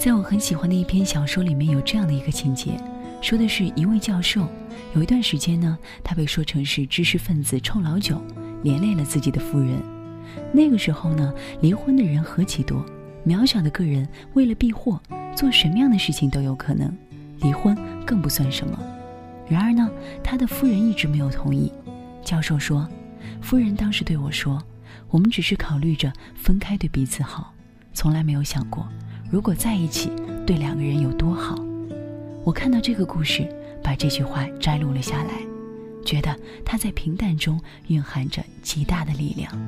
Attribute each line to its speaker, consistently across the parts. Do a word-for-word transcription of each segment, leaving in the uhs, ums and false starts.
Speaker 1: 在我很喜欢的一篇小说里面有这样的一个情节，说的是一位教授，有一段时间呢，他被说成是知识分子臭老九，连累了自己的夫人。那个时候呢，离婚的人何其多，渺小的个人为了避祸，做什么样的事情都有可能，离婚更不算什么。然而呢，他的夫人一直没有同意。教授说，夫人当时对我说，我们只是考虑着分开对彼此好，从来没有想过如果在一起对两个人有多好。我看到这个故事，把这句话摘录了下来，觉得它在平淡中蕴含着极大的力量。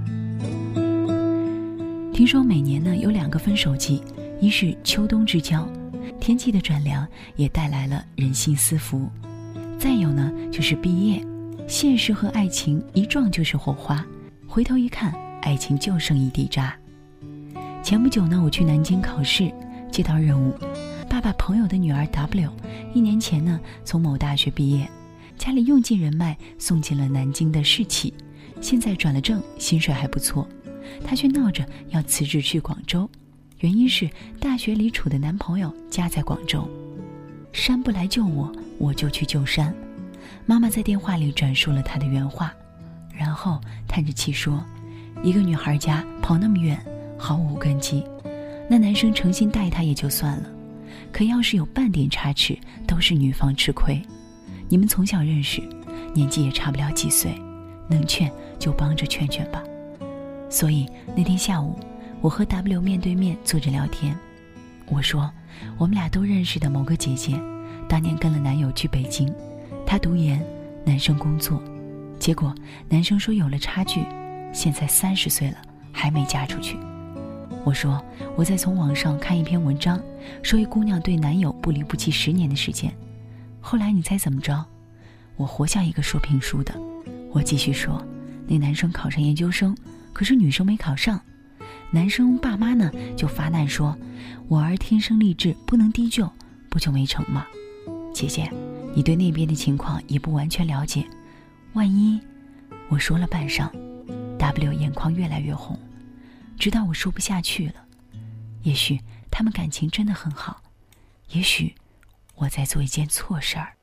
Speaker 1: 听说每年呢有两个分手季，一是秋冬之交，天气的转凉也带来了人心思福，再有呢就是毕业，现实和爱情一撞就是火花，回头一看，爱情就剩一地渣。前不久呢，我去南京考试，接到任务，爸爸朋友的女儿 W 一年前呢从某大学毕业，家里用尽人脉送进了南京的市企，现在转了正，薪水还不错，她却闹着要辞职去广州，原因是大学里处的男朋友家在广州。山不来救我，我就去救山。妈妈在电话里转述了她的原话，然后叹着气说，一个女孩家跑那么远，毫无根基，那男生诚心待她也就算了，可要是有半点差池，都是女方吃亏。你们从小认识，年纪也差不了几岁，能劝就帮着劝劝吧。所以那天下午，我和 W 面对面坐着聊天，我说我们俩都认识的某个姐姐，当年跟了男友去北京，她读研，男生工作，结果男生说有了差距，现在三十岁了还没嫁出去。我说我在从网上看一篇文章，说一姑娘对男友不离不弃十年的时间，后来你猜怎么着？我活像一个说评书的。我继续说，那男生考上研究生，可是女生没考上，男生爸妈呢就发难说，我儿天生丽质，不能低就，不就没成吗？姐姐，你对那边的情况也不完全了解，万一……我说了半晌， W 眼眶越来越红，直到我说不下去了。也许他们感情真的很好，也许我在做一件错事儿。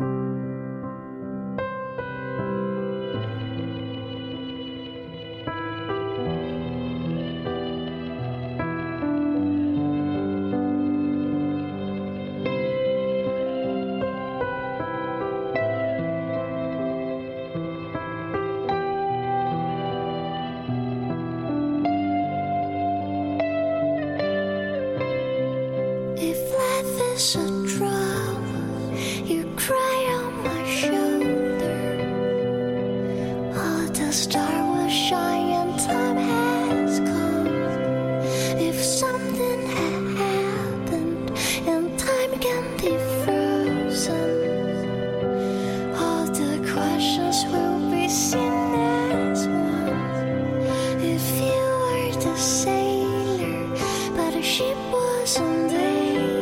Speaker 2: It's a drama, you cry on my shoulder. Oh, the star will shine and time has come. If something had happened and time can be frozen, all the questions will be seen as one. If you were the sailor, but the ship wasn't there,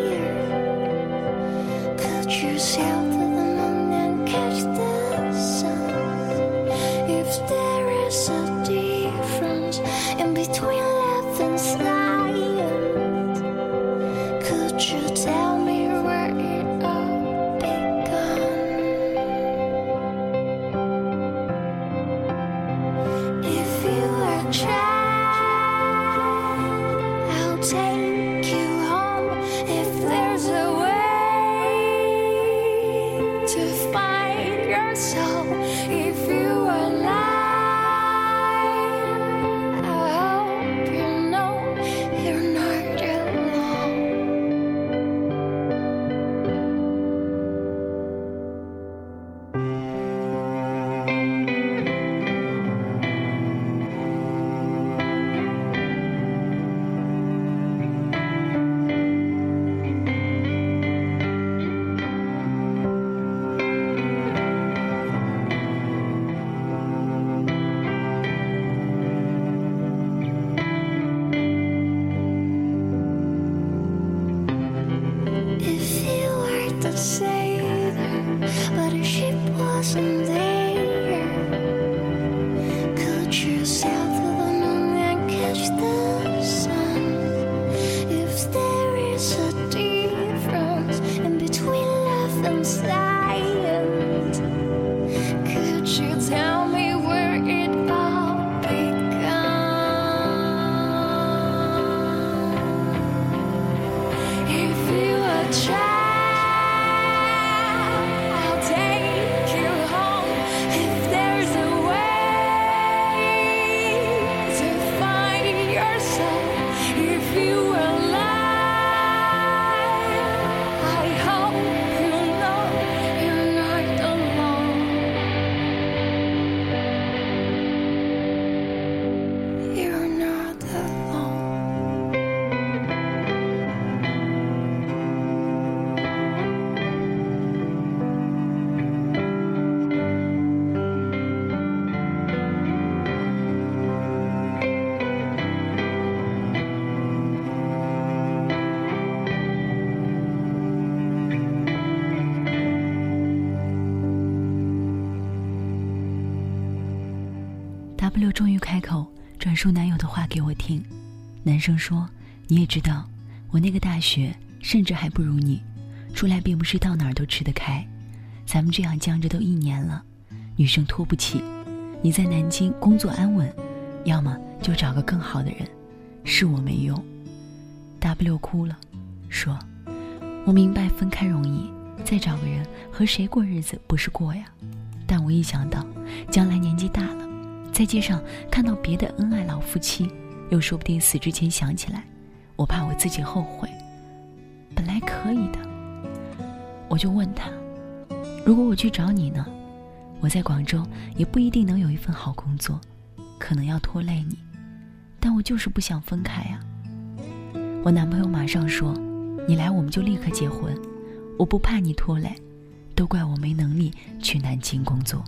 Speaker 2: sail to the moon and catch the sun. If there is a difference in between love and silence, could you tell me where it all began? If you were a child, I'll take you home. If there's a way to find yourself, if you are alive, I hope you know you're not alone. But a ship wasn't there, could you sail to the moon and catch the sun? If there is
Speaker 1: W 终于开口转述男友的话给我听。男生说，你也知道我那个大学甚至还不如你，出来并不是到哪儿都吃得开，咱们这样僵着都一年了，女生拖不起，你在南京工作安稳，要么就找个更好的人，是我没用。 W 哭了，说，我明白分开容易，再找个人和谁过日子不是过呀，但我一想到将来年纪大了，在街上看到别的恩爱老夫妻，又说不定死之前想起来，我怕我自己后悔。本来可以的。我就问他，如果我去找你呢？我在广州也不一定能有一份好工作，可能要拖累你，但我就是不想分开啊。我男朋友马上说，你来我们就立刻结婚，我不怕你拖累，都怪我没能力去南京工作。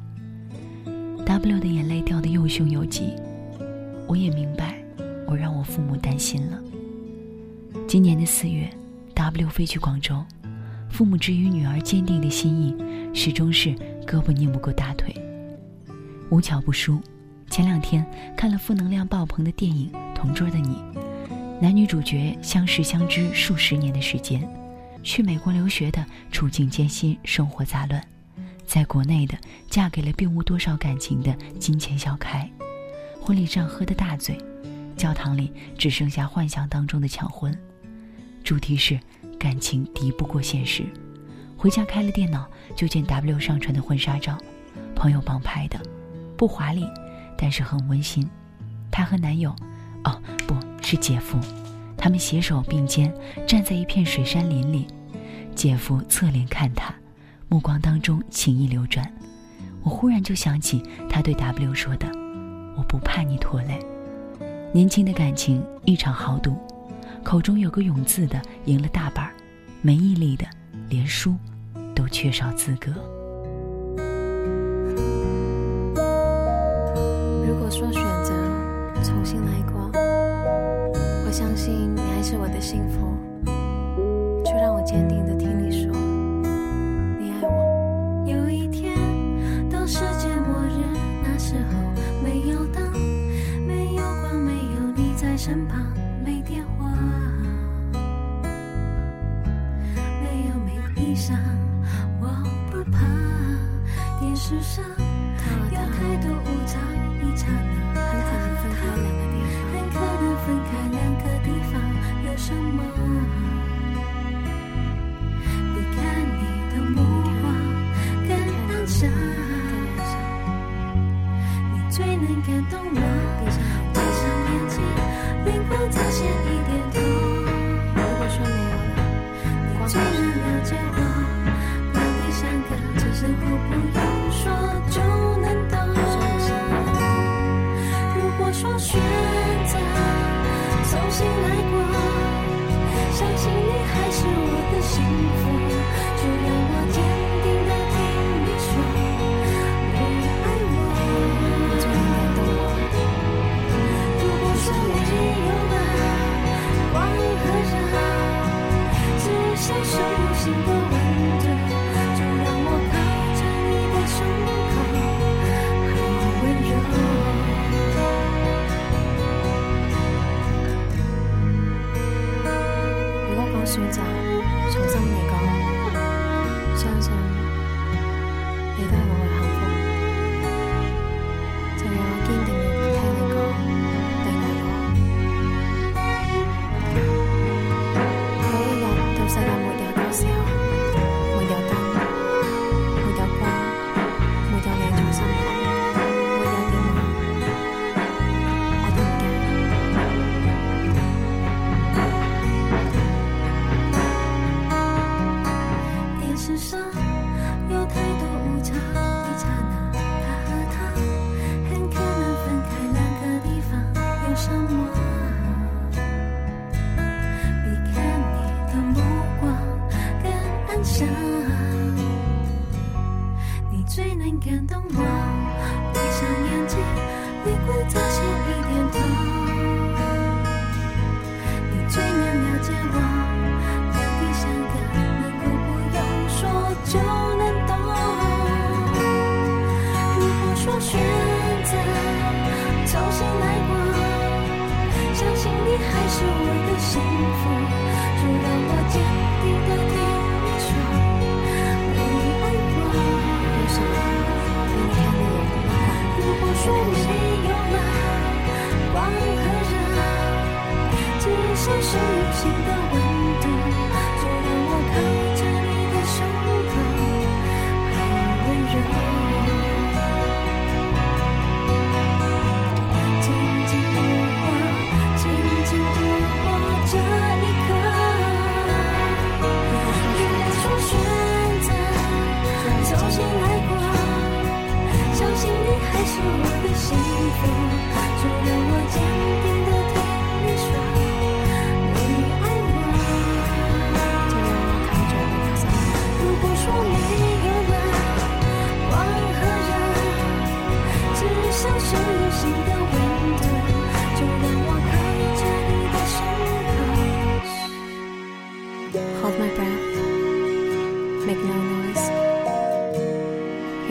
Speaker 1: W 的眼泪掉得又凶又急，我也明白我让我父母担心了。今年的四月 W 飞去广州，父母之于女儿坚定的心意始终是胳膊拧不过大腿。无巧不淑，前两天看了负能量爆棚的电影《同桌的你》，男女主角相识相知数十年的时间，去美国留学的处境艰辛，生活杂乱，在国内的嫁给了并无多少感情的金钱小开，婚礼上喝得大醉，教堂里只剩下幻想当中的抢婚，主题是感情敌不过现实。回家开了电脑，就见 W 上传的婚纱照，朋友帮拍的，不华丽，但是很温馨。她和男友，哦，不是姐夫，他们携手并肩站在一片水杉林里，姐夫侧脸看她，目光当中情意流转。我忽然就想起他对 W 说的，我不怕你拖累。年轻的感情一场豪赌，口中有个勇字的赢了大半，没毅力的连输都缺少资格。
Speaker 3: 如果说选择重新来过，我相信你还是我的幸福，就让我坚定地听你说你爱我。
Speaker 2: 有一天当世界末日，那时候没有灯，没有光，没有你在身旁，没电话，没有没衣裳，我不怕。电视上有太多无常，一刹那
Speaker 3: 很可能分开两个地方，
Speaker 2: 很可能分开两个地方，有什么比看你的目光更安详，你最能感动我。闭上眼睛，灵光再现一点痛。
Speaker 3: 如果说没有了，
Speaker 2: 你最能了解我，两地相隔，只是我不用说就能懂。如果说选择重新来过，相信你还是我的幸福，就让我坚定地听你说你爱我。
Speaker 3: 你最能感动我。
Speaker 2: 如果说没有了光和热，只剩手心的温度，就让我靠着你的胸口，好温柔。
Speaker 3: 如果講選擇重新嚟過，相信你都係我嘅幸福，就讓我堅定地聽你講你愛我。有一日到世界末日嗰時候，沒有燈，沒有光，沒有你在身旁，沒有電話，我都唔驚。
Speaker 2: 电视上有太多无常，一刹那他和她很可能分开两个地方，有什么比看你的目光更安详，你最能感动我。闭上眼睛，灵光再现一点痛，你最能了解我，两地相隔，能够不用说就能懂。如果说选择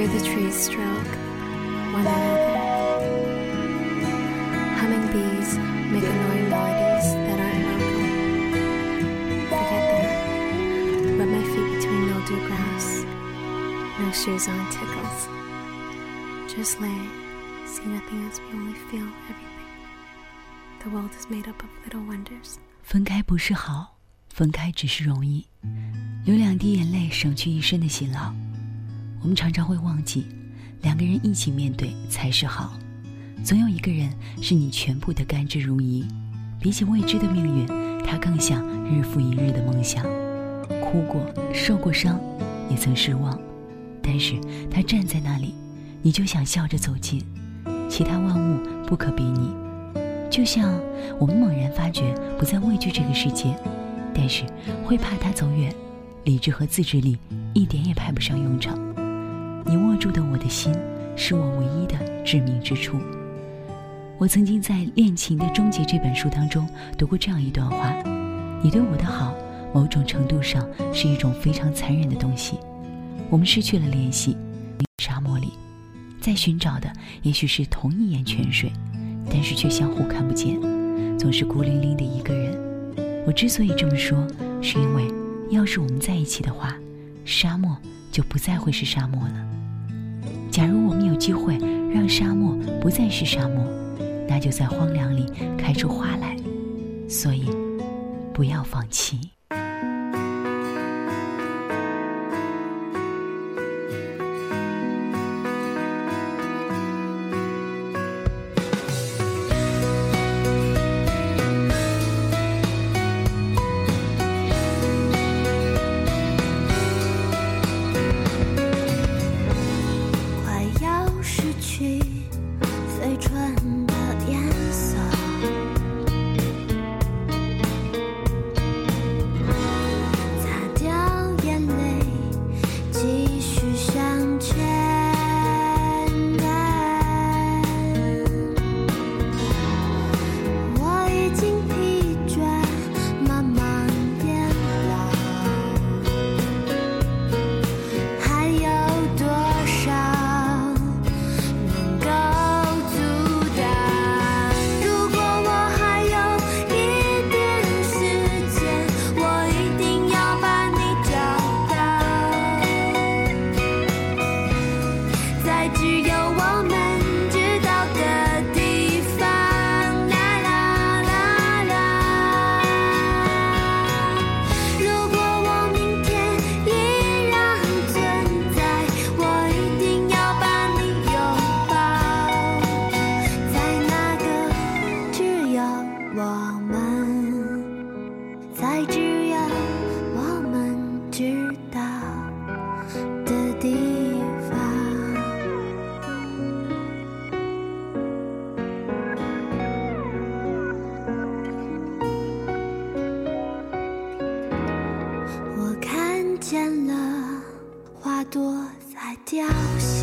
Speaker 3: the trees stroke one another. Humming bees make annoying melodies that aren't welcome. Forget that. Rub my feet between mildew grass. No shoes on tickles. Just lay, see nothing as we only feel everything. The world is made up of little wonders.
Speaker 1: 分开不是好，分开只是容易。流两滴眼泪，省去一身的辛劳。我们常常会忘记，两个人一起面对才是好。总有一个人是你全部的甘之如饴，比起未知的命运，他更像日复一日的梦想。哭过，受过伤，也曾失望，但是他站在那里，你就想笑着走近，其他万物不可比拟。就像我们猛然发觉不再畏惧这个世界，但是会怕他走远，理智和自制力一点也派不上用场。你握住的我的心，是我唯一的致命之处。我曾经在《恋情的终结》这本书当中读过这样一段话：你对我的好，某种程度上是一种非常残忍的东西。我们失去了联系，沙漠里，在寻找的也许是同一眼泉水，但是却相互看不见，总是孤零零的一个人。我之所以这么说，是因为要是我们在一起的话，沙漠就不再会是沙漠了。假如我们有机会让沙漠不再是沙漠，那就在荒凉里开出花来。所以不要放弃。
Speaker 2: 凋谢，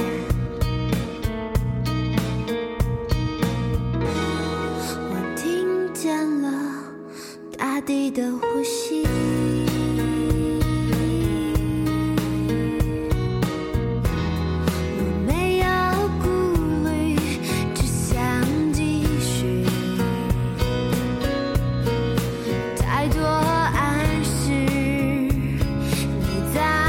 Speaker 2: 我听见了大地的呼吸，我没有顾虑，只想继续，太多暗示你在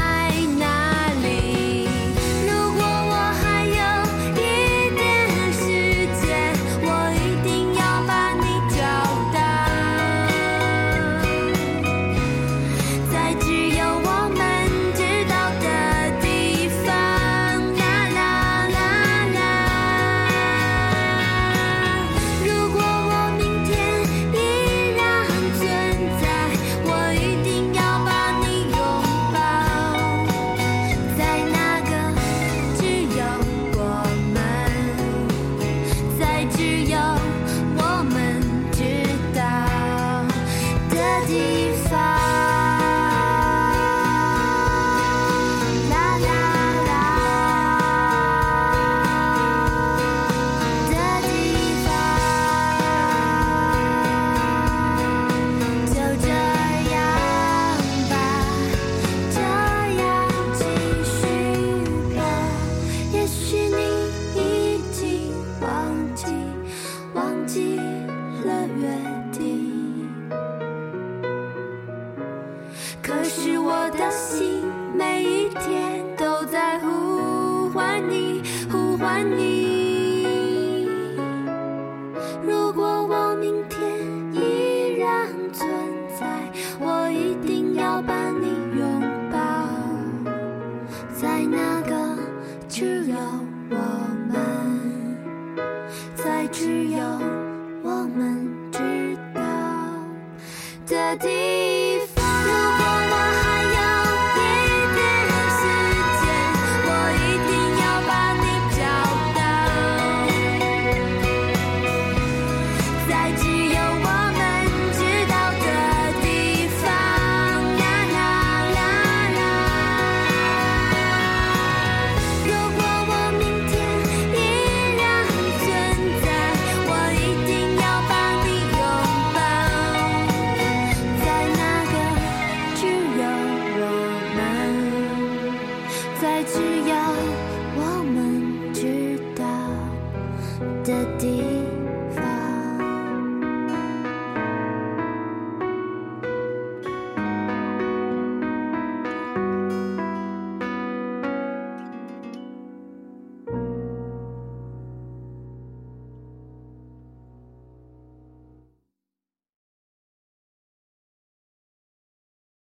Speaker 2: 可是我的心每一天都在呼唤你，呼唤你。如果我明天依然存在，我一定要把你拥抱，在那个只有我们，在只有我们知道的地方。